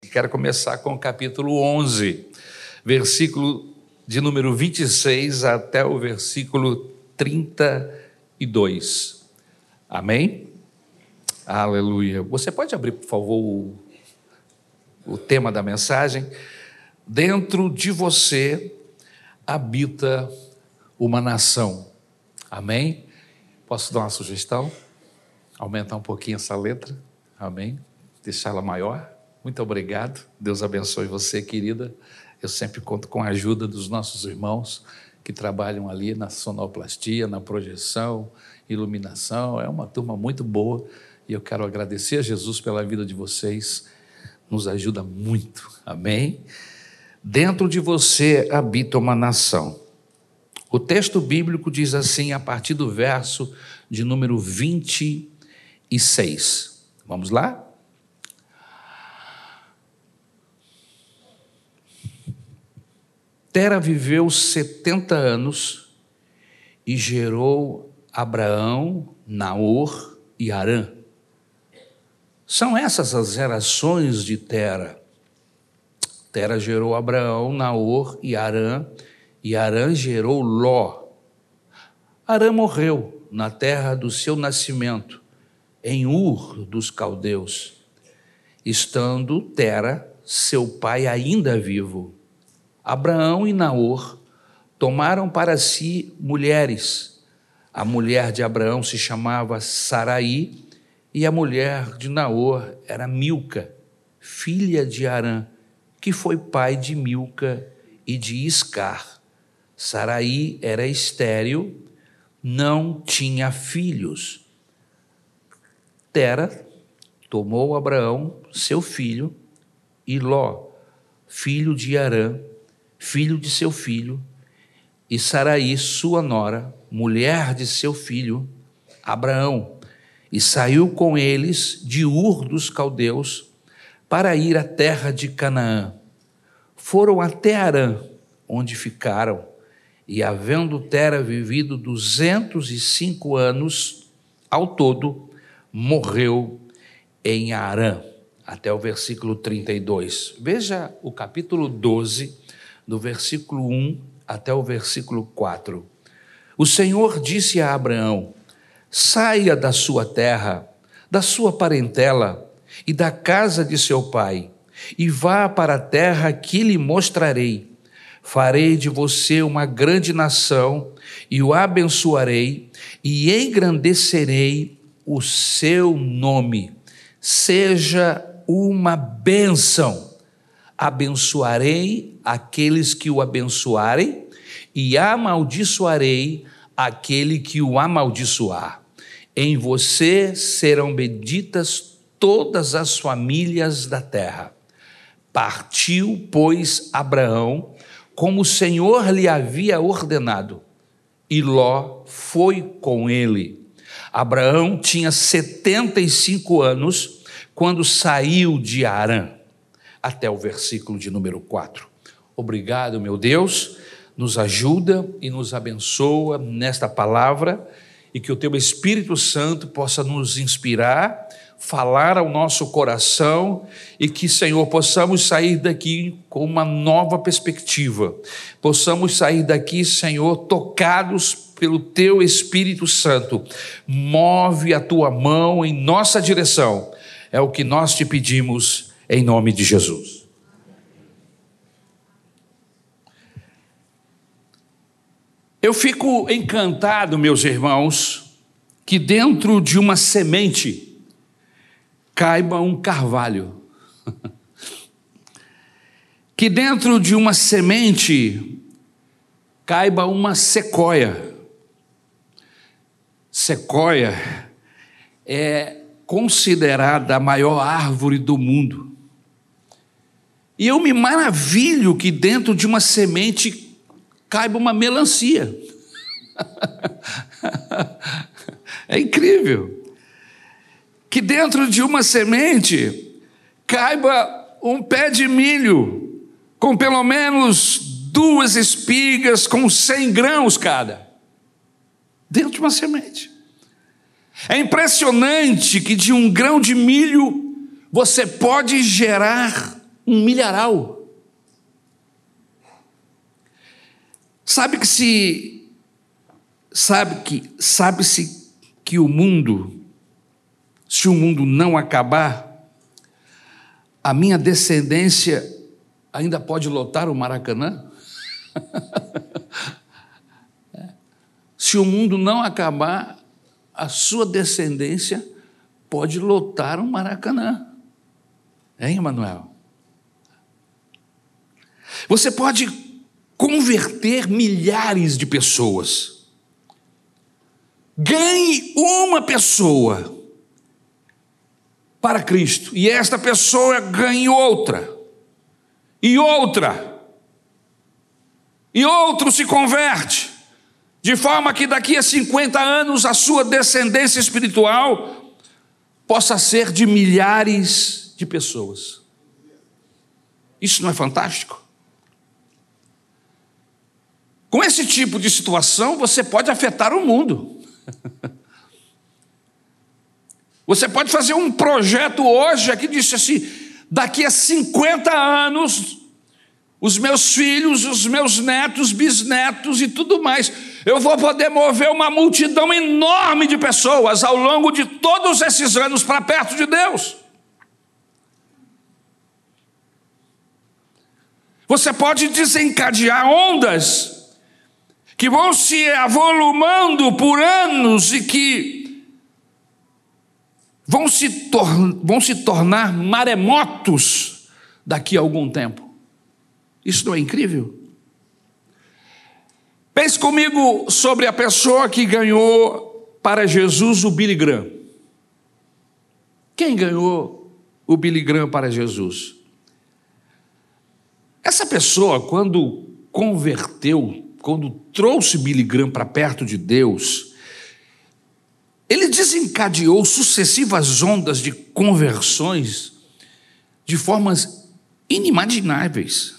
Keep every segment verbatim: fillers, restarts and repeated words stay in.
Quero começar com o capítulo onze, versículo de número vinte e seis até o versículo trinta e dois. Amém? Aleluia. Você pode abrir, por favor, o, o tema da mensagem? Dentro de você habita uma nação. Amém? Posso dar uma sugestão? Aumentar um pouquinho essa letra? Amém? Deixá-la maior? Muito obrigado. Deus abençoe você, querida. Eu sempre conto com a ajuda dos nossos irmãos que trabalham ali na sonoplastia, na projeção, iluminação. É uma turma muito boa e eu quero agradecer a Jesus pela vida de vocês. Nos ajuda muito. Amém? Dentro de você habita uma nação. O texto bíblico diz assim, a partir do verso de número vinte e seis. Vamos lá? Tera viveu setenta anos e gerou Abraão, Naor e Harã. São essas as gerações de Tera. Tera gerou Abraão, Naor e Harã, e Harã gerou Ló. Harã morreu na terra do seu nascimento, em Ur dos caldeus, estando Tera, seu pai, ainda vivo. Abraão e Naor tomaram para si mulheres. A mulher de Abraão se chamava Saraí, e a mulher de Naor era Milca, filha de Harã, que foi pai de Milca e de Iscar. Saraí era estéril, não tinha filhos. Tera tomou Abraão, seu filho, e Ló, filho de Harã, filho de seu filho, e Saraí, sua nora, mulher de seu filho, Abraão, e saiu com eles de Ur dos caldeus para ir à terra de Canaã. Foram até Harã, onde ficaram, e havendo Tera vivido duzentos e cinco anos ao todo, morreu em Harã. Até o versículo trinta e dois. Veja o capítulo doze, do versículo um até o versículo quatro. O Senhor disse a Abraão: saia da sua terra, da sua parentela e da casa de seu pai, e vá para a terra que lhe mostrarei. Farei de você uma grande nação, e o abençoarei, e engrandecerei o seu nome. Seja uma bênção. Abençoarei aqueles que o abençoarem, e amaldiçoarei aquele que o amaldiçoar. Em você serão benditas todas as famílias da terra. Partiu, pois, Abraão, como o Senhor lhe havia ordenado, e Ló foi com ele. Abraão tinha setenta e cinco anos quando saiu de Harã. Até o versículo de número quatro. Obrigado, meu Deus, nos ajuda e nos abençoa nesta palavra, e que o teu Espírito Santo possa nos inspirar, falar ao nosso coração, e que, Senhor, possamos sair daqui com uma nova perspectiva, possamos sair daqui, Senhor, tocados pelo teu Espírito Santo. Move a tua mão em nossa direção, é o que nós te pedimos, em nome de Jesus. Eu fico encantado, meus irmãos, que dentro de uma semente caiba um carvalho. Que dentro de uma semente caiba uma sequoia. Sequoia é considerada a maior árvore do mundo. E eu me maravilho que dentro de uma semente caiba uma melancia. É incrível. Que dentro de uma semente caiba um pé de milho, com pelo menos duas espigas, com cem grãos cada. Dentro de uma semente. É impressionante que de um grão de milho você pode gerar um milharal. Sabe que se sabe que sabe-se que o mundo, se o mundo não acabar, a minha descendência ainda pode lotar o Maracanã? Se o mundo não acabar, a sua descendência pode lotar o Maracanã. Hein, Emanuel? Você pode converter milhares de pessoas. Ganhe uma pessoa para Cristo, e esta pessoa ganhe outra, e outra, e outro se converte, de forma que daqui a cinquenta anos a sua descendência espiritual possa ser de milhares de pessoas. Isso não é fantástico? Com esse tipo de situação, você pode afetar o mundo. Você pode fazer um projeto hoje aqui, disse assim, daqui a cinquenta anos, os meus filhos, os meus netos, bisnetos e tudo mais, eu vou poder mover uma multidão enorme de pessoas ao longo de todos esses anos para perto de Deus. Você pode desencadear ondas que vão se avolumando por anos e que vão se, tor- vão se tornar maremotos daqui a algum tempo. Isso não é incrível? Pense comigo sobre a pessoa que ganhou para Jesus o Billy Graham. Quem ganhou o Billy Graham para Jesus? Essa pessoa, quando converteu, quando trouxe Billy Graham para perto de Deus, ele desencadeou sucessivas ondas de conversões de formas inimagináveis.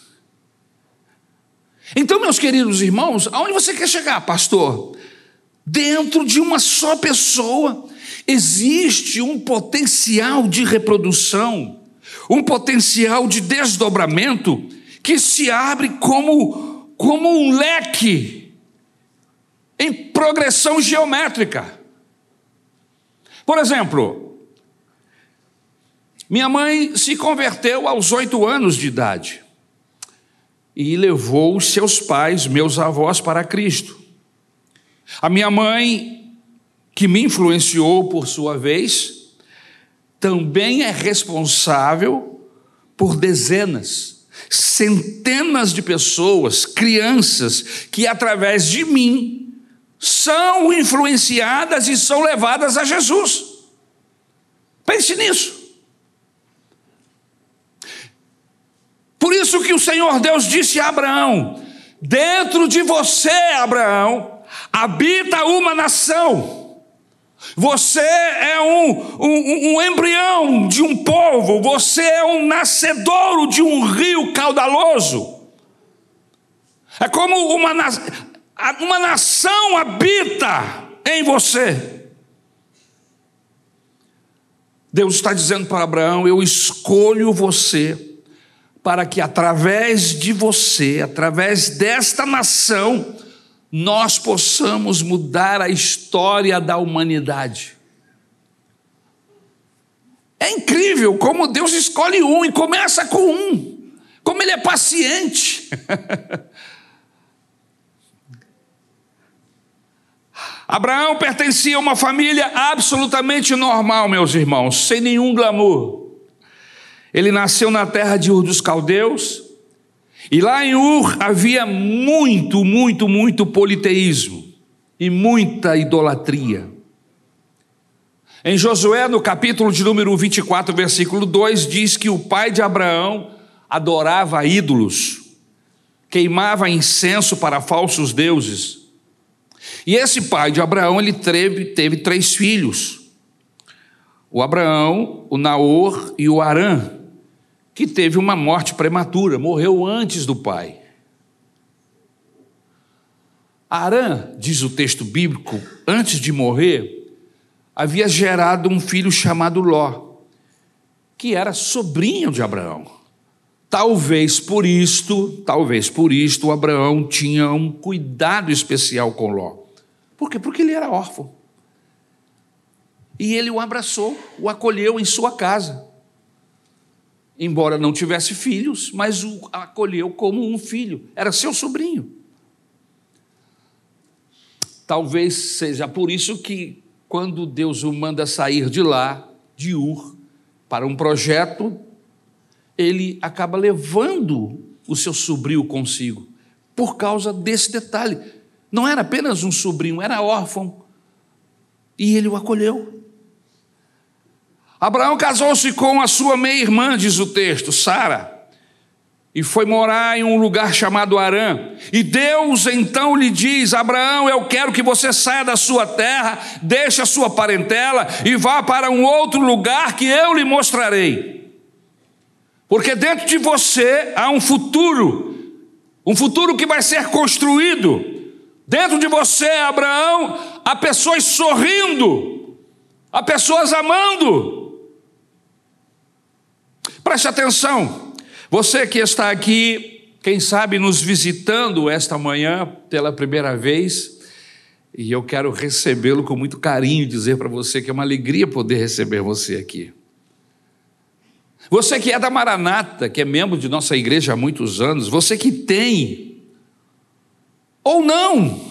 Então, meus queridos irmãos, aonde você quer chegar, pastor? Dentro de uma só pessoa existe um potencial de reprodução, um potencial de desdobramento que se abre como, como um leque em progressão geométrica. Por exemplo, minha mãe se converteu aos oito anos de idade e levou os seus pais, meus avós, para Cristo. A minha mãe, que me influenciou por sua vez, também é responsável por dezenas, centenas de pessoas, crianças, que através de mim são influenciadas e são levadas a Jesus. Pense nisso. Por isso que o Senhor Deus disse a Abraão: dentro de você, Abraão, habita uma nação. Você é um, um, um embrião de um povo, você é um nascedouro de um rio caudaloso. É como uma, uma nação habita em você. Deus está dizendo para Abraão: eu escolho você para que através de você, através desta nação, nós possamos mudar a história da humanidade. É incrível como Deus escolhe um e começa com um, como Ele é paciente. Abraão pertencia a uma família absolutamente normal, meus irmãos, sem nenhum glamour. Ele nasceu na terra de Ur dos Caldeus, e lá em Ur havia muito, muito, muito politeísmo e muita idolatria. Em Josué, no capítulo de número vinte e quatro, versículo dois, diz que o pai de Abraão adorava ídolos, queimava incenso para falsos deuses. E esse pai de Abraão, ele teve, teve três filhos: o Abraão, o Naor e o Harã, que teve uma morte prematura, morreu antes do pai. Harã, diz o texto bíblico, antes de morrer, havia gerado um filho chamado Ló, que era sobrinho de Abraão. Talvez por isto, talvez por isto, Abraão tinha um cuidado especial com Ló. Por quê? Porque ele era órfão. E ele o abraçou, o acolheu em sua casa. Embora não tivesse filhos, mas o acolheu como um filho. Era seu sobrinho. Talvez seja por isso que, quando Deus o manda sair de lá, de Ur, para um projeto, ele acaba levando o seu sobrinho consigo, por causa desse detalhe. Não era apenas um sobrinho, era órfão, e ele o acolheu. Abraão casou-se com a sua meia-irmã, diz o texto, Sara, e foi morar em um lugar chamado Harã. E Deus então lhe diz: Abraão, eu quero que você saia da sua terra, deixe a sua parentela e vá para um outro lugar que eu lhe mostrarei. Porque dentro de você há um futuro, um futuro que vai ser construído. Dentro de você, Abraão, há pessoas sorrindo, há pessoas amando. Preste atenção, você que está aqui, quem sabe nos visitando esta manhã pela primeira vez, e eu quero recebê-lo com muito carinho, dizer para você que é uma alegria poder receber você aqui. Você que é da Maranata, que é membro de nossa igreja há muitos anos, você que tem, ou não,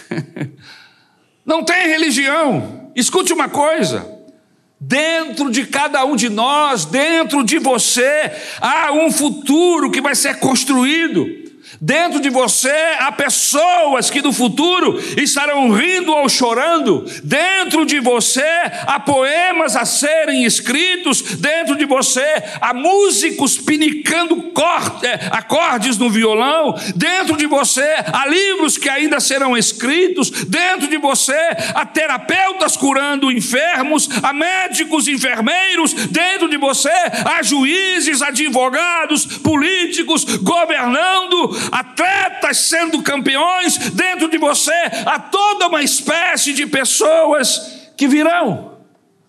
não tem religião, escute uma coisa: dentro de cada um de nós, dentro de você, há um futuro que vai ser construído. Dentro de você há pessoas que no futuro estarão rindo ou chorando. Dentro de você há poemas a serem escritos. Dentro de você há músicos pinicando acordes no violão. Dentro de você há livros que ainda serão escritos. Dentro de você há terapeutas curando enfermos, há médicos, enfermeiros. Dentro de você há juízes, advogados, políticos governando, atletas sendo campeões. Dentro de você há toda uma espécie de pessoas que virão.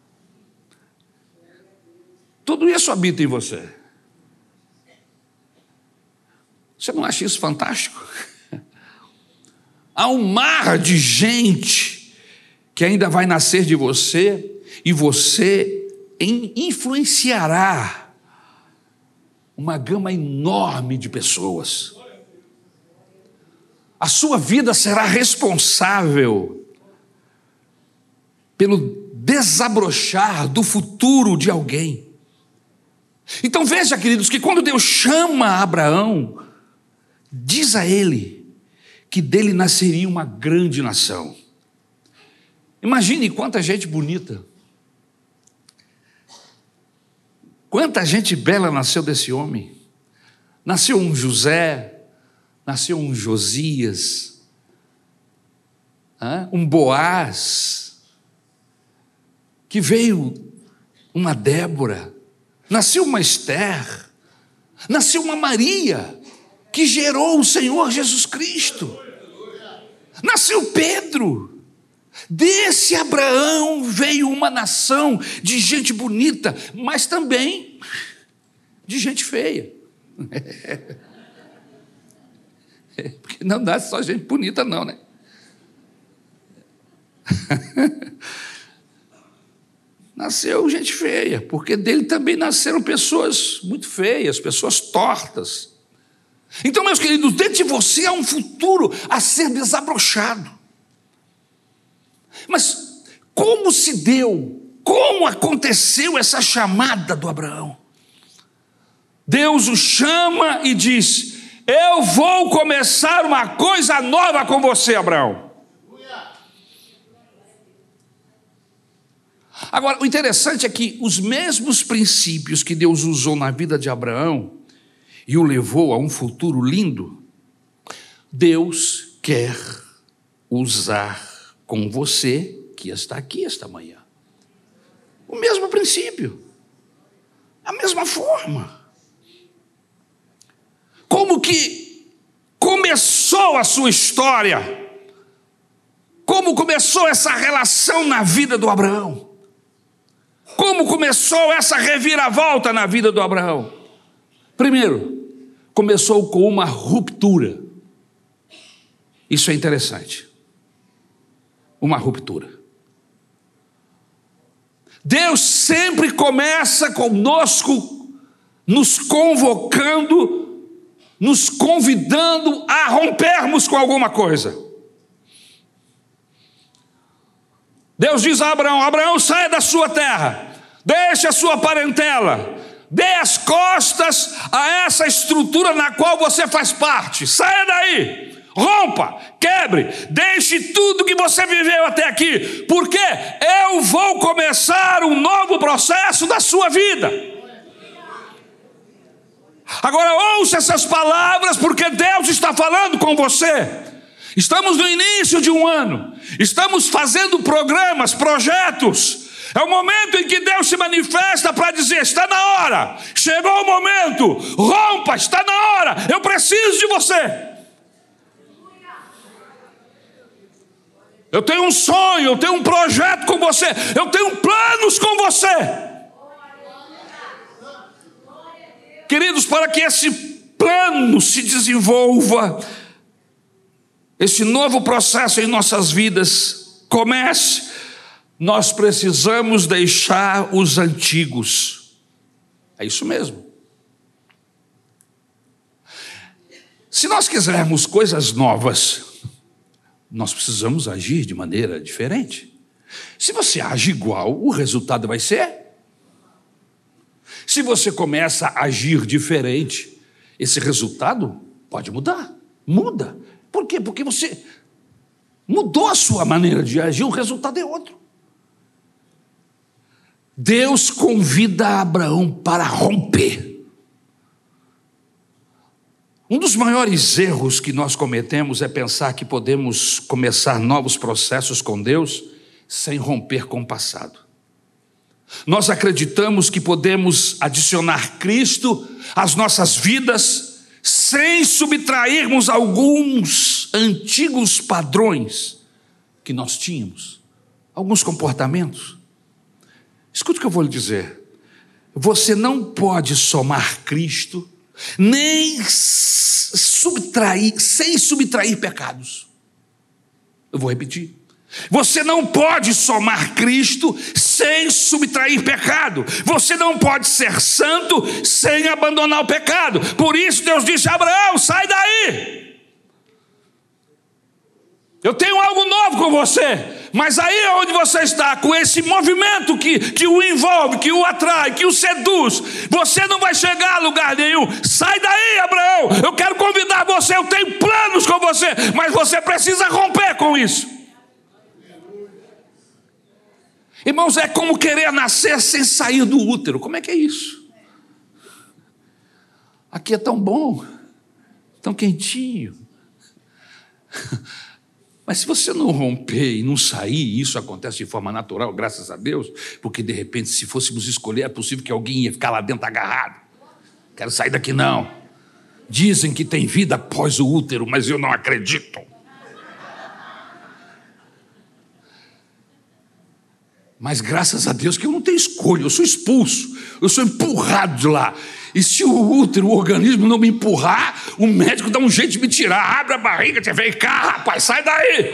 Tudo isso habita em você. Você não acha isso fantástico? Há um mar de gente que ainda vai nascer de você, e você influenciará uma gama enorme de pessoas. A sua vida será responsável pelo desabrochar do futuro de alguém. Então veja, queridos, que quando Deus chama Abraão, diz a ele que dele nasceria uma grande nação. Imagine quanta gente bonita, quanta gente bela nasceu desse homem. Nasceu um José, nasceu um Josias, um Boaz, que veio uma Débora, nasceu uma Esther, nasceu uma Maria, que gerou o Senhor Jesus Cristo, nasceu Pedro. Desse Abraão veio uma nação de gente bonita, mas também de gente feia. Porque não dá só gente bonita não, né? Nasceu gente feia, porque dele também nasceram pessoas muito feias, pessoas tortas. Então, meus queridos, dentro de você há um futuro a ser desabrochado. Mas como se deu, como aconteceu essa chamada do Abraão? Deus o chama e diz: eu vou começar uma coisa nova com você, Abraão. Agora, o interessante é que os mesmos princípios que Deus usou na vida de Abraão e o levou a um futuro lindo, Deus quer usar com você que está aqui esta manhã. O mesmo princípio, a mesma forma. Como que começou a sua história? Como começou essa relação na vida do Abraão? Como começou essa reviravolta na vida do Abraão? Primeiro, começou com uma ruptura. Isso é interessante. Uma ruptura. Deus sempre começa conosco, nos convocando, nos convidando a rompermos com alguma coisa. Deus diz a Abraão: Abraão, saia da sua terra, deixe a sua parentela, dê as costas a essa estrutura na qual você faz parte, saia daí, rompa, quebre, deixe tudo que você viveu até aqui, porque eu vou começar um novo processo da sua vida. Agora ouça essas palavras, porque Deus está falando com você. Estamos no início de um ano, estamos fazendo programas, projetos. É o momento em que Deus se manifesta para dizer: está na hora, chegou o momento, rompa, está na hora, eu preciso de você. Eu tenho um sonho, eu tenho um projeto com você, eu tenho planos com você. Queridos, para que esse plano se desenvolva, esse novo processo em nossas vidas comece, nós precisamos deixar os antigos. É isso mesmo. Se nós quisermos coisas novas, nós precisamos agir de maneira diferente. Se você age igual, o resultado vai ser. Se você começa a agir diferente, esse resultado pode mudar. Muda. Por quê? Porque você mudou a sua maneira de agir, o resultado é outro. Deus convida Abraão para romper. Um dos maiores erros que nós cometemos é pensar que podemos começar novos processos com Deus sem romper com o passado. Nós acreditamos que podemos adicionar Cristo às nossas vidas sem subtrairmos alguns antigos padrões que nós tínhamos, alguns comportamentos. Escute o que eu vou lhe dizer. Você não pode somar Cristo, nem subtrair, sem subtrair pecados. Eu vou repetir. Você não pode somar Cristo sem subtrair pecado. Você não pode ser santo sem abandonar o pecado. Por isso Deus disse a Abraão: sai daí. Eu tenho algo novo com você. Mas aí onde você está, com esse movimento que, que o envolve, que o atrai, que o seduz, você não vai chegar a lugar nenhum. Sai daí, Abraão. Eu quero convidar você, eu tenho planos com você, mas você precisa romper com isso. Irmãos, é como querer nascer sem sair do útero. Como é que é isso? Aqui é tão bom, tão quentinho. Mas se você não romper e não sair, isso acontece de forma natural, graças a Deus, porque de repente, se fôssemos escolher, é possível que alguém ia ficar lá dentro agarrado. Quero sair daqui não. Dizem que tem vida após o útero, mas eu não acredito. Mas graças a Deus que eu não tenho escolha, eu sou expulso, eu sou empurrado de lá. E se o útero, o organismo não me empurrar, o médico dá um jeito de me tirar. Abre a barriga, você vem cá, rapaz, sai daí.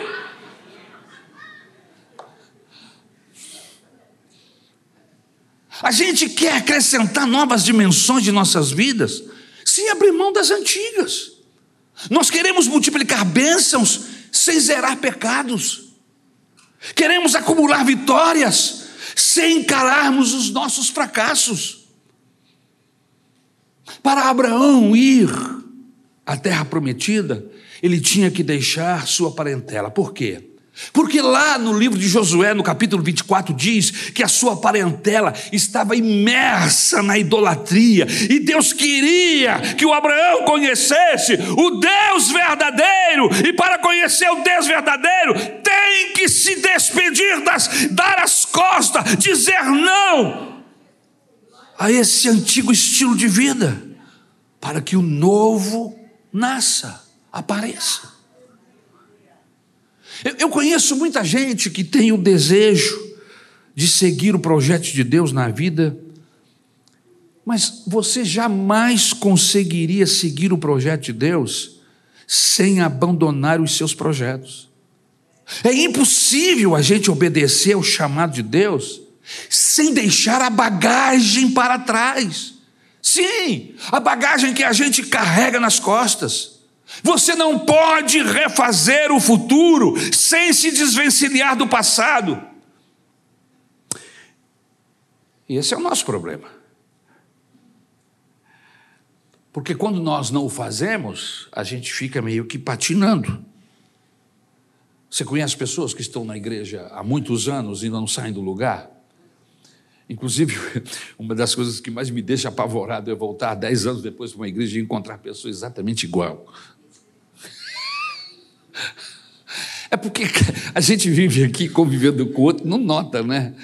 A gente quer acrescentar novas dimensões de nossas vidas sem abrir mão das antigas. Nós queremos multiplicar bênçãos sem zerar pecados. Queremos acumular vitórias sem encararmos os nossos fracassos. Para Abraão ir à terra prometida, ele tinha que deixar sua parentela. Por quê? Porque lá no livro de Josué, no capítulo vinte e quatro, diz que a sua parentela estava imersa na idolatria, e Deus queria que o Abraão conhecesse o Deus verdadeiro, e para conhecer o Deus verdadeiro, tem que se despedir, das, dar as costas, dizer não a esse antigo estilo de vida, para que o novo nasça, apareça. Eu conheço muita gente que tem o desejo de seguir o projeto de Deus na vida, Mas você jamais conseguiria seguir o projeto de Deus sem abandonar os seus projetos. É impossível a gente obedecer ao chamado de Deus sem deixar a bagagem para trás. Sim, a bagagem que a gente carrega nas costas. Você não pode refazer o futuro sem se desvencilhar do passado. E esse é o nosso problema. Porque quando nós não o fazemos, a gente fica meio que patinando. Você conhece pessoas que estão na igreja há muitos anos e não saem do lugar? Inclusive, uma das coisas que mais me deixa apavorado é voltar dez anos depois para uma igreja e encontrar pessoas exatamente igual. É porque a gente vive aqui convivendo com o outro, não nota, né?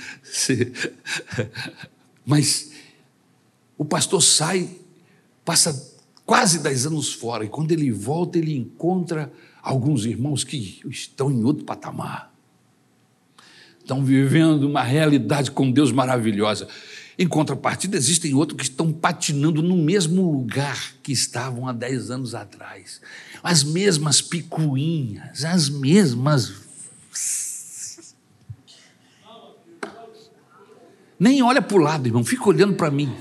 Mas o pastor sai, passa quase dez anos fora, e quando ele volta, ele encontra alguns irmãos que estão em outro patamar. Estão vivendo uma realidade com Deus maravilhosa. Em contrapartida, existem outros que estão patinando no mesmo lugar que estavam há dez anos atrás. As mesmas picuinhas, as mesmas... Nem olha para o lado, irmão, fica olhando para mim.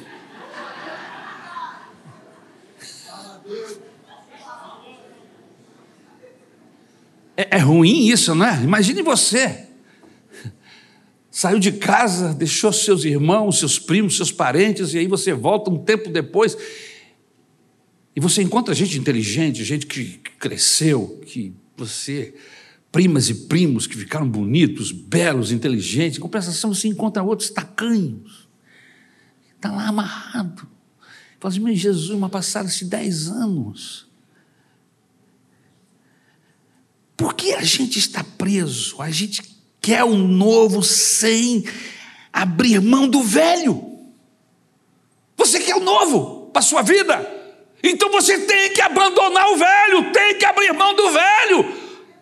É, é ruim isso, né? Imagine você. Saiu de casa, deixou seus irmãos, seus primos, seus parentes, e aí você volta um tempo depois e você encontra gente inteligente, gente que cresceu, que você, primas e primos que ficaram bonitos, belos, inteligentes. Em compensação, você encontra outros tacanhos. Está lá amarrado. Fala assim, meu Jesus, mas passaram-se dez anos. Por que a gente está preso? A gente quer o novo sem abrir mão do velho. Você quer o novo para a sua vida? Então você tem que abandonar o velho, tem que abrir mão do velho.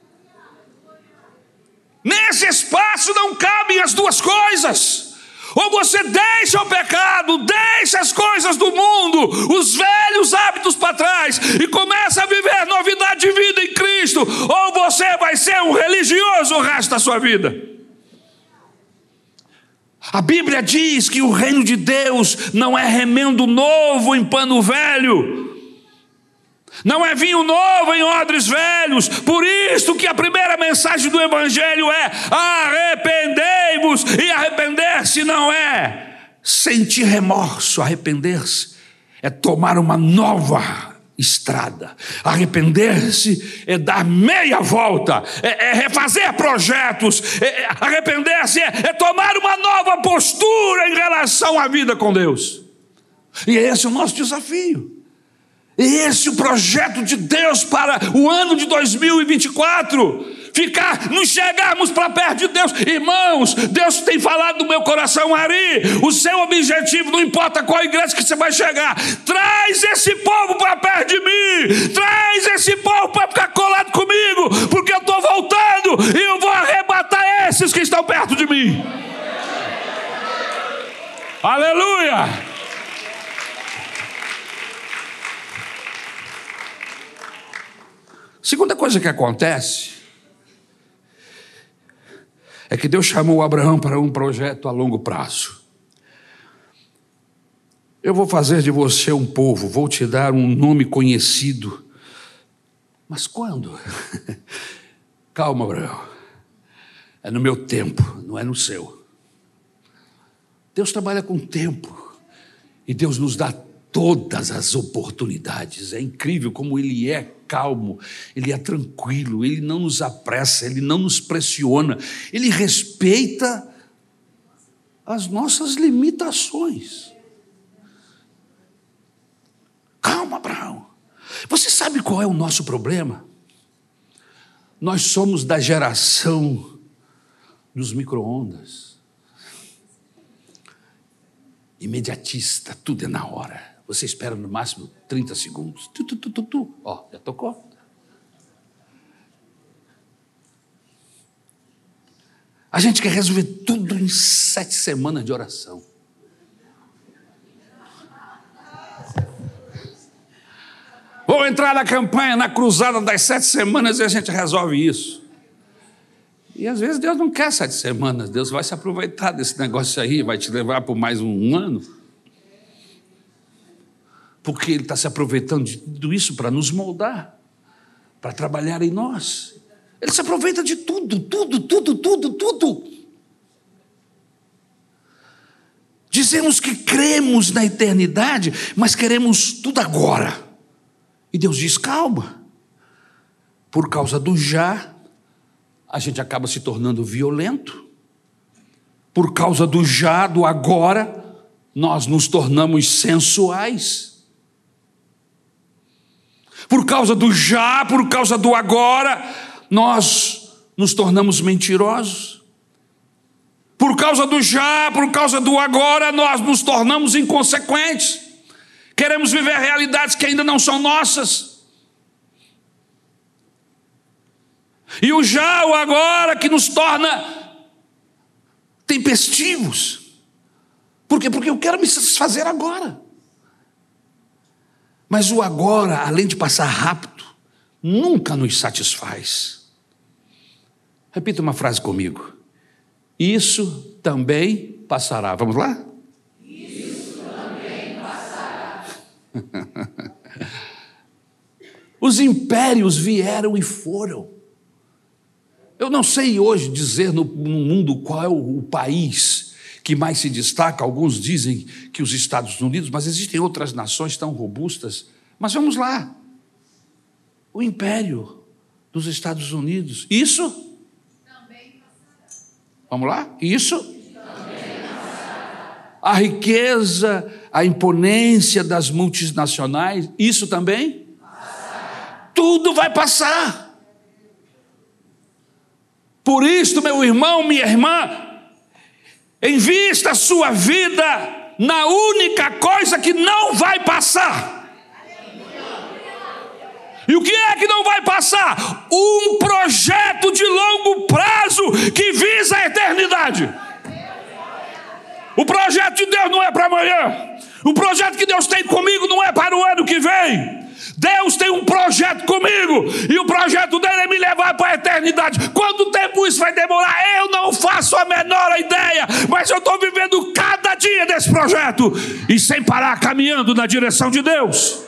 Nesse espaço não cabem as duas coisas. Ou você deixa o pecado, deixa as coisas do mundo, os velhos hábitos para trás e começa a viver novidade de vida em Cristo, ou você vai ser um religioso o resto da sua vida. A Bíblia diz que o reino de Deus não é remendo novo em pano velho, não é vinho novo em odres velhos. Por isso que a primeira mensagem do Evangelho é: arrependei-vos. E arrepender-se não é sentir remorso. Arrepender-se é tomar uma nova estrada. Arrepender-se é dar meia volta, é, é refazer projetos. É, é, arrepender-se é, é tomar uma nova postura em relação à vida com Deus. E esse é o nosso desafio. Esse é o projeto de Deus para o ano de dois mil e vinte e quatro. Ficar, nos chegarmos para perto de Deus. Irmãos, Deus tem falado no meu coração, Ari, o seu objetivo, não importa qual igreja que você vai chegar, traz esse povo para perto de mim, traz esse povo para ficar colado comigo, porque eu estou voltando e eu vou arrebatar esses que estão perto de mim. Aleluia! Segunda coisa que acontece é que Deus chamou Abraão para um projeto a longo prazo. Eu vou fazer de você um povo, vou te dar um nome conhecido. Mas quando? Calma, Abraão. É no meu tempo, não é no seu. Deus trabalha com tempo e Deus nos dá todas as oportunidades. É incrível como Ele é calmo, Ele é tranquilo, Ele não nos apressa, Ele não nos pressiona, Ele respeita as nossas limitações. Calma, Abraão. Você sabe qual é o nosso problema? Nós somos da geração dos micro-ondas. Imediatista, tudo é na hora. Você espera no máximo trinta segundos. Tu, tu, tu, tu, tu. Ó, já tocou? A gente quer resolver tudo em sete semanas de oração. Vou entrar na campanha, na cruzada das sete semanas e a gente resolve isso. E às vezes Deus não quer sete semanas, Deus vai se aproveitar desse negócio aí, vai te levar por mais um ano. Porque Ele está se aproveitando de tudo isso para nos moldar, para trabalhar em nós. Ele se aproveita de tudo, tudo, tudo, tudo, tudo. Dizemos que cremos na eternidade, mas queremos tudo agora. E Deus diz, calma. Por causa do já, a gente acaba se tornando violento. Por causa do já, do agora, nós nos tornamos sensuais. Por causa do já, por causa do agora, nós nos tornamos mentirosos. Por causa do já, por causa do agora, nós nos tornamos inconsequentes. Queremos viver realidades que ainda não são nossas. E o já, o agora, que nos torna tempestivos. Por quê? Porque eu quero me satisfazer agora. Mas o agora, além de passar rápido, nunca nos satisfaz. Repita uma frase comigo. Isso também passará. Vamos lá? Isso também passará. Os impérios vieram e foram. Eu não sei hoje dizer no, no mundo qual é o, o país que mais se destaca. Alguns dizem que os Estados Unidos, mas existem outras nações tão robustas. Mas vamos lá. O império dos Estados Unidos. Isso também passará. Vamos lá? Isso também passará. A riqueza, a imponência das multinacionais. Isso também passará. Tudo vai passar. Por isso, meu irmão, minha irmã, invista a sua vida na única coisa que não vai passar. E o que é que não vai passar? Um projeto de longo prazo que visa a eternidade. O projeto de Deus não é para amanhã. O projeto que Deus tem comigo não é para o ano que vem. Deus tem um projeto comigo e o projeto dele é me levar para a eternidade. Quanto tempo isso vai demorar? Eu não faço a menor ideia, mas eu estou vivendo cada dia desse projeto e sem parar, caminhando na direção de Deus.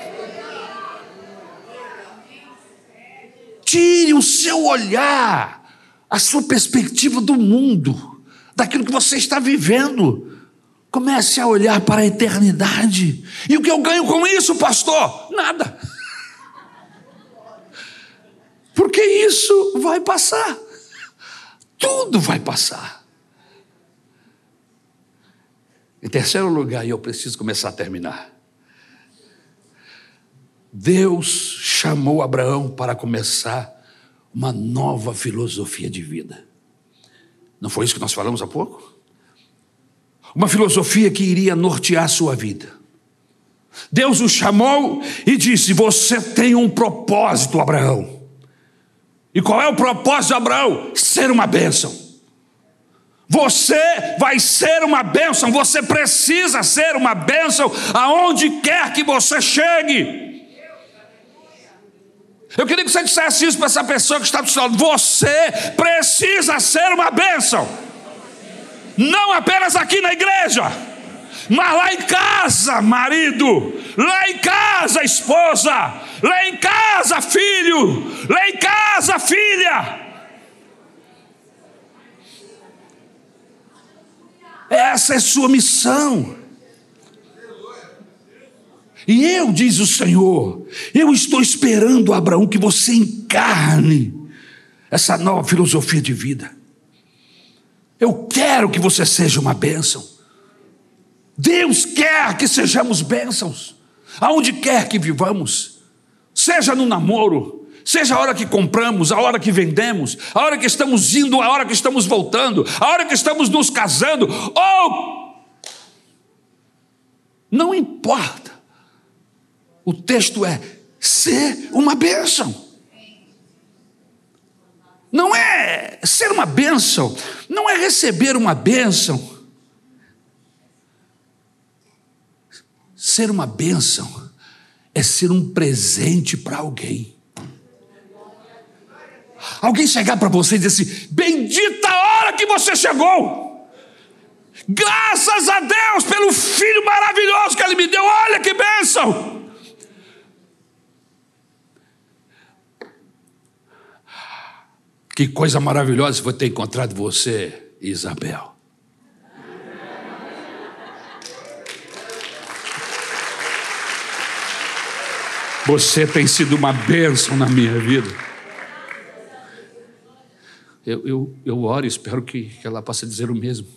Tire o seu olhar, a sua perspectiva do mundo, daquilo que você está vivendo. Comece a olhar para a eternidade. E o que eu ganho com isso, pastor? Nada. Porque isso vai passar. Tudo vai passar. Em terceiro lugar, e eu preciso começar a terminar. Deus chamou Abraão para começar uma nova filosofia de vida. Não foi isso que nós falamos há pouco? Uma filosofia que iria nortear a sua vida. Deus o chamou e disse: você tem um propósito, Abraão. E qual é o propósito de Abraão? Ser uma bênção. Você vai ser uma bênção. Você precisa ser uma bênção aonde quer que você chegue. Eu queria que você dissesse isso para essa pessoa que está do seu lado. Você precisa ser uma bênção. Não apenas aqui na igreja, mas lá em casa, marido. Lá em casa, esposa. Lá em casa, filho. Lá em casa, filha. Essa é sua missão. E eu, diz o Senhor, eu estou esperando, Abraão, que você encarne essa nova filosofia de vida. Eu quero que você seja uma bênção. Deus quer que sejamos bênçãos, aonde quer que vivamos, seja no namoro, seja a hora que compramos, a hora que vendemos, a hora que estamos indo, a hora que estamos voltando, a hora que estamos nos casando, ou não importa. O texto é ser uma bênção. Não é ser uma bênção, não é receber uma bênção. Ser uma bênção é ser um presente para alguém. Alguém chegar para você e dizer assim: bendita a hora que você chegou, graças a Deus pelo filho maravilhoso que Ele me deu, olha que bênção. Que coisa maravilhosa foi ter encontrado você, Isabel. Você tem sido uma bênção na minha vida. Eu, eu, eu oro e espero que, que ela possa dizer o mesmo.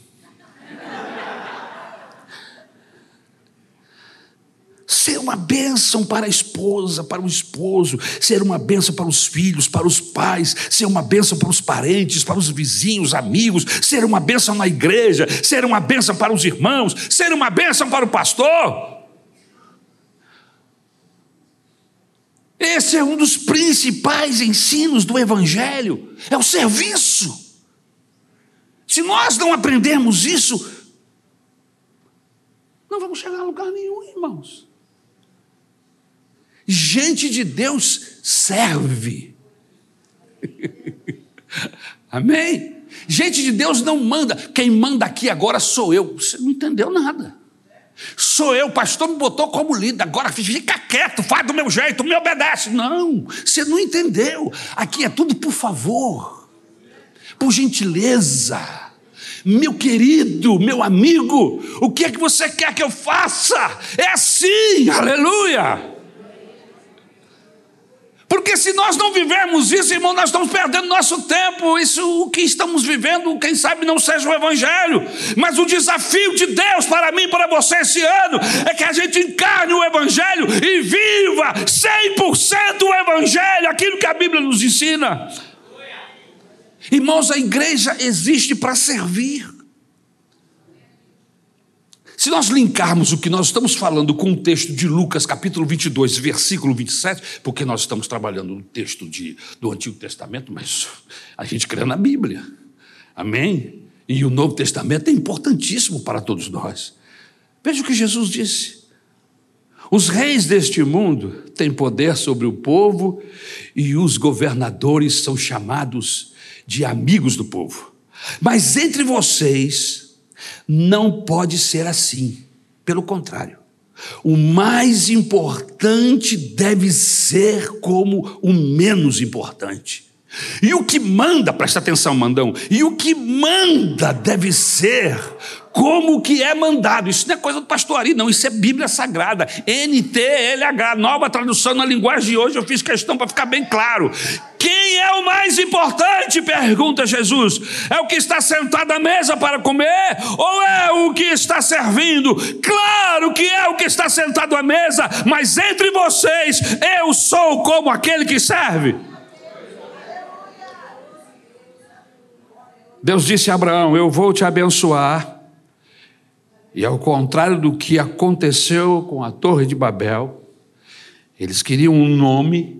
Ser uma bênção para a esposa, para o esposo, ser uma bênção para os filhos, para os pais, ser uma bênção para os parentes, para os vizinhos, amigos, ser uma bênção na igreja, ser uma bênção para os irmãos, ser uma bênção para o pastor. Esse é um dos principais ensinos do Evangelho, é o serviço. Se nós não aprendermos isso, não vamos chegar a lugar nenhum, irmãos. Gente de Deus serve. Amém? Gente de Deus não manda. Quem manda aqui agora sou eu. Você não entendeu nada. Sou eu, o pastor me botou como líder. Agora fica quieto, faz do meu jeito, me obedece. Não, você não entendeu. Aqui é tudo por favor, por gentileza. Meu querido, meu amigo, o que é que você quer que eu faça? É assim, aleluia. Porque se nós não vivermos isso, irmão, nós estamos perdendo nosso tempo. Isso, o que estamos vivendo, quem sabe não seja o Evangelho. Mas o desafio de Deus para mim e para você esse ano é que a gente encarne o Evangelho e viva cem por cento o Evangelho, aquilo que a Bíblia nos ensina. Irmãos, a igreja existe para servir. Se nós linkarmos o que nós estamos falando com o texto de Lucas, capítulo vinte e dois, versículo vinte e sete, porque nós estamos trabalhando no texto de, do Antigo Testamento, mas a gente crê na Bíblia, amém? E o Novo Testamento é importantíssimo para todos nós. Veja o que Jesus disse: os reis deste mundo têm poder sobre o povo e os governadores são chamados de amigos do povo. Mas entre vocês não pode ser assim. Pelo contrário, o mais importante deve ser como o menos importante. E o que manda, presta atenção, mandão, e o que manda deve ser como o que é mandado. Isso não é coisa do pastorinho, não, isso é Bíblia Sagrada, N T L H, nova tradução na linguagem de hoje. Eu fiz questão para ficar bem claro. Quem é o mais importante? Pergunta Jesus. É o que está sentado à mesa para comer? Ou é o que está servindo? Claro que é o que está sentado à mesa, mas entre vocês eu sou como aquele que serve. Deus disse a Abraão: eu vou te abençoar. E ao contrário do que aconteceu com a Torre de Babel, eles queriam um nome.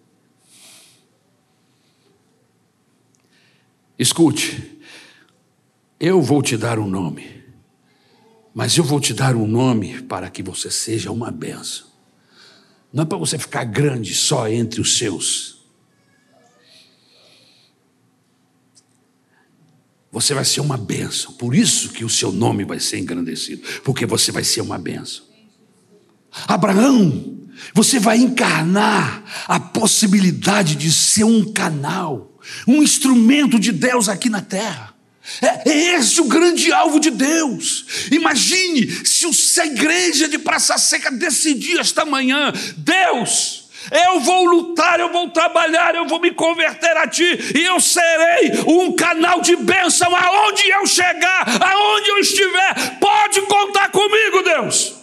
Escute, eu vou te dar um nome, mas eu vou te dar um nome para que você seja uma bênção. Não é para você ficar grande só entre os seus. Você vai ser uma bênção, por isso que o seu nome vai ser engrandecido, porque você vai ser uma bênção. Abraão, você vai encarnar a possibilidade de ser um canal, um instrumento de Deus aqui na terra. É, é esse o grande alvo de Deus. Imagine se, se a igreja de Praça Seca decidir esta manhã: Deus, eu vou lutar, eu vou trabalhar, eu vou me converter a Ti, e eu serei um canal de bênção aonde eu chegar, aonde eu estiver. Pode contar comigo, Deus.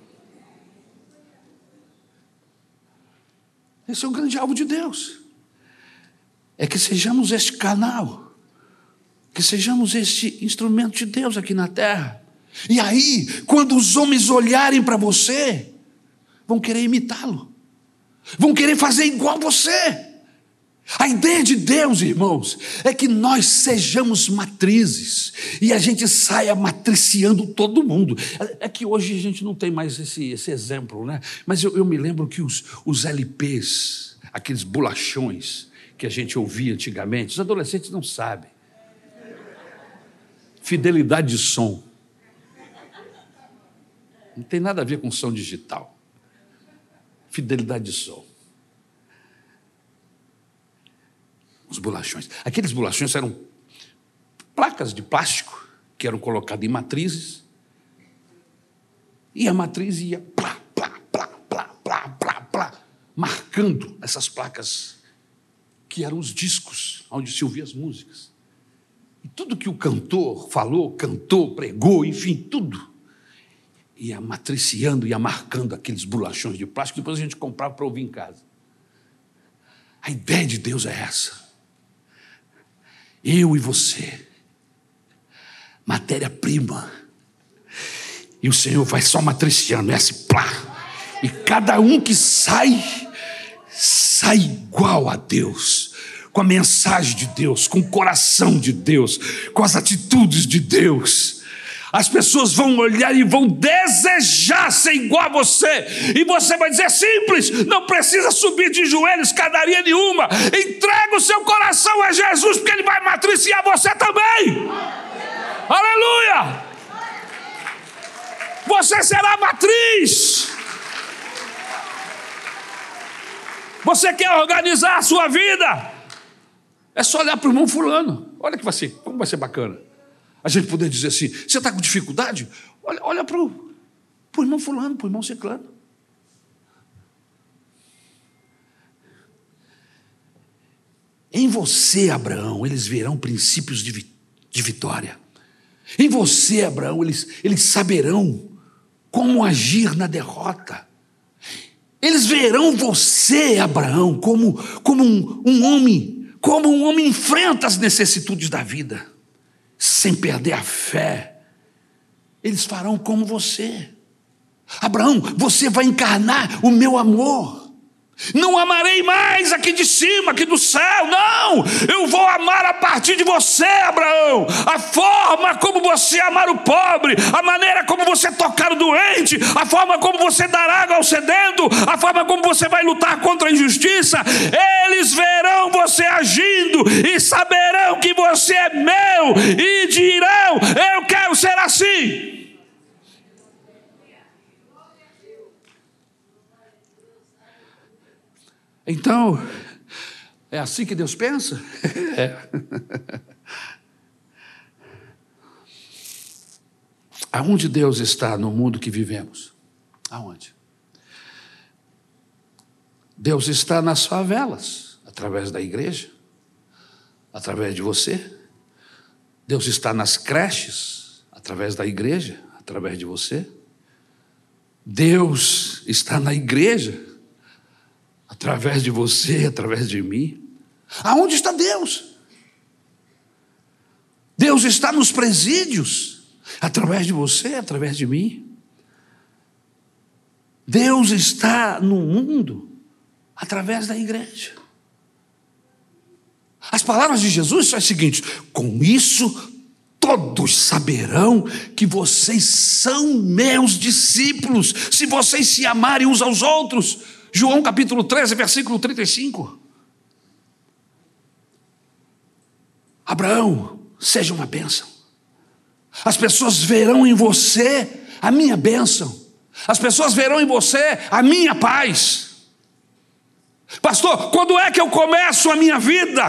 Esse é o grande alvo de Deus. É que sejamos este canal, que sejamos este instrumento de Deus aqui na terra. E aí, quando os homens olharem para você, vão querer imitá-lo, vão querer fazer igual você. A ideia de Deus, irmãos, é que nós sejamos matrizes e a gente saia matriciando todo mundo. É que hoje a gente não tem mais esse, esse exemplo, né? Mas eu, eu me lembro que os, os L Ps, aqueles bolachões que a gente ouvia antigamente, os adolescentes não sabem. Fidelidade de som. Não tem nada a ver com som digital. Fidelidade de som. Os bolachões. Aqueles bolachões eram placas de plástico que eram colocadas em matrizes e a matriz ia plá, plá, plá, plá, plá, plá, plá, marcando essas placas que eram os discos onde se ouvia as músicas. E tudo que o cantor falou, cantou, pregou, enfim, tudo ia matriciando, ia marcando aqueles bolachões de plástico, depois a gente comprava para ouvir em casa. A ideia de Deus é essa. Eu e você, matéria-prima, e o Senhor vai só matriciando, esse plá, e cada um que sai, sai igual a Deus, com a mensagem de Deus, com o coração de Deus, com as atitudes de Deus. As pessoas vão olhar e vão desejar ser igual a você. E você vai dizer simples, não precisa subir de joelhos, escadaria nenhuma. Entrega o seu coração a Jesus, porque Ele vai matriciar você também. Aleluia! Você será matriz. Você quer organizar a sua vida? É só olhar para o irmão fulano. Olha que vai ser, como vai ser bacana. A gente poder dizer assim, você está com dificuldade? Olha, olha para o irmão fulano, para o irmão ciclano. Em você, Abraão, eles verão princípios de, vi, de vitória. Em você, Abraão, eles, eles saberão como agir na derrota. Eles verão você, Abraão, como, como um, um homem, como um homem enfrenta as necessidades da vida, sem perder a fé. Eles farão como você. Abraão, você vai encarnar o meu amor. Não amarei mais aqui de cima, aqui do céu, não. Eu vou amar a partir de você, Abraão. A forma como você amar o pobre, a maneira como você tocar o doente, a forma como você dar água ao sedento, a forma como você vai lutar contra a injustiça. Eles verão você agindo e saberão que você é meu e dirão, eu quero ser assim. Então, é assim que Deus pensa? É. Aonde Deus está no mundo que vivemos? Aonde? Deus está nas favelas, através da igreja, através de você. Deus está nas creches, através da igreja, através de você. Deus está na igreja, através de você, através de mim. Aonde está Deus? Deus está nos presídios, através de você, através de mim. Deus está no mundo, através da igreja. As palavras de Jesus são as seguintes: com isso todos saberão que vocês são meus discípulos, se vocês se amarem uns aos outros. João capítulo treze, versículo trinta e cinco. Abraão, seja uma bênção. As pessoas verão em você a minha bênção. As pessoas verão em você a minha paz. Pastor, quando é que eu começo a minha vida?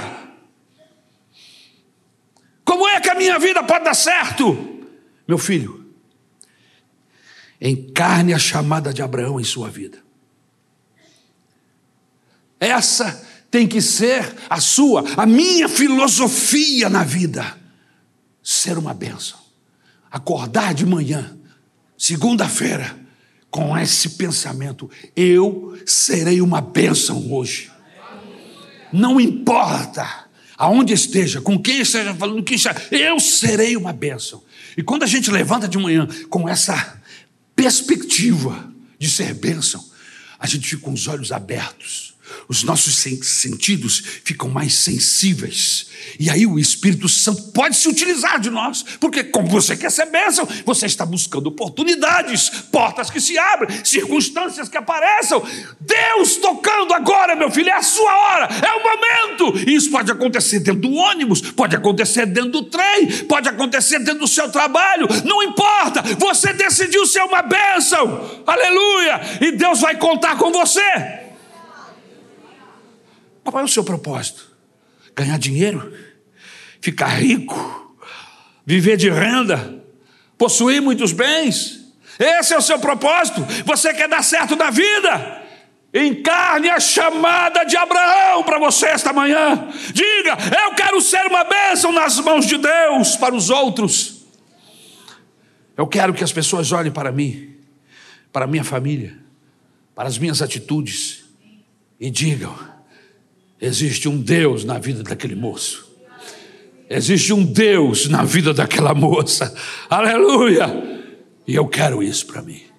Como é que a minha vida pode dar certo? Meu filho, encarne a chamada de Abraão em sua vida. Essa tem que ser a sua, a minha filosofia na vida. Ser uma bênção. Acordar de manhã, segunda-feira, com esse pensamento: eu serei uma bênção hoje. Não importa aonde esteja, com quem esteja falando, quem esteja, eu serei uma bênção. E quando a gente levanta de manhã com essa perspectiva de ser bênção, a gente fica com os olhos abertos. os nossos sentidos ficam mais sensíveis. E aí o Espírito Santo pode se utilizar de nós, porque como você quer ser bênção, você está buscando oportunidades, portas que se abrem, circunstâncias que apareçam. Deus tocando agora, meu filho, é a sua hora, é o momento. E isso pode acontecer dentro do ônibus, pode acontecer dentro do trem, pode acontecer dentro do seu trabalho, não importa, você decidiu ser uma bênção, aleluia, e Deus vai contar com você. Qual é o seu propósito? Ganhar dinheiro? Ficar rico? Viver de renda? Possuir muitos bens? Esse é o seu propósito? Você quer dar certo na vida? Encarne a chamada de Abraão para você esta manhã. Diga: eu quero ser uma bênção nas mãos de Deus para os outros. Eu quero que as pessoas olhem para mim, para a minha família, para as minhas atitudes e digam: existe um Deus na vida daquele moço. Existe um Deus na vida daquela moça. Aleluia! E eu quero isso para mim.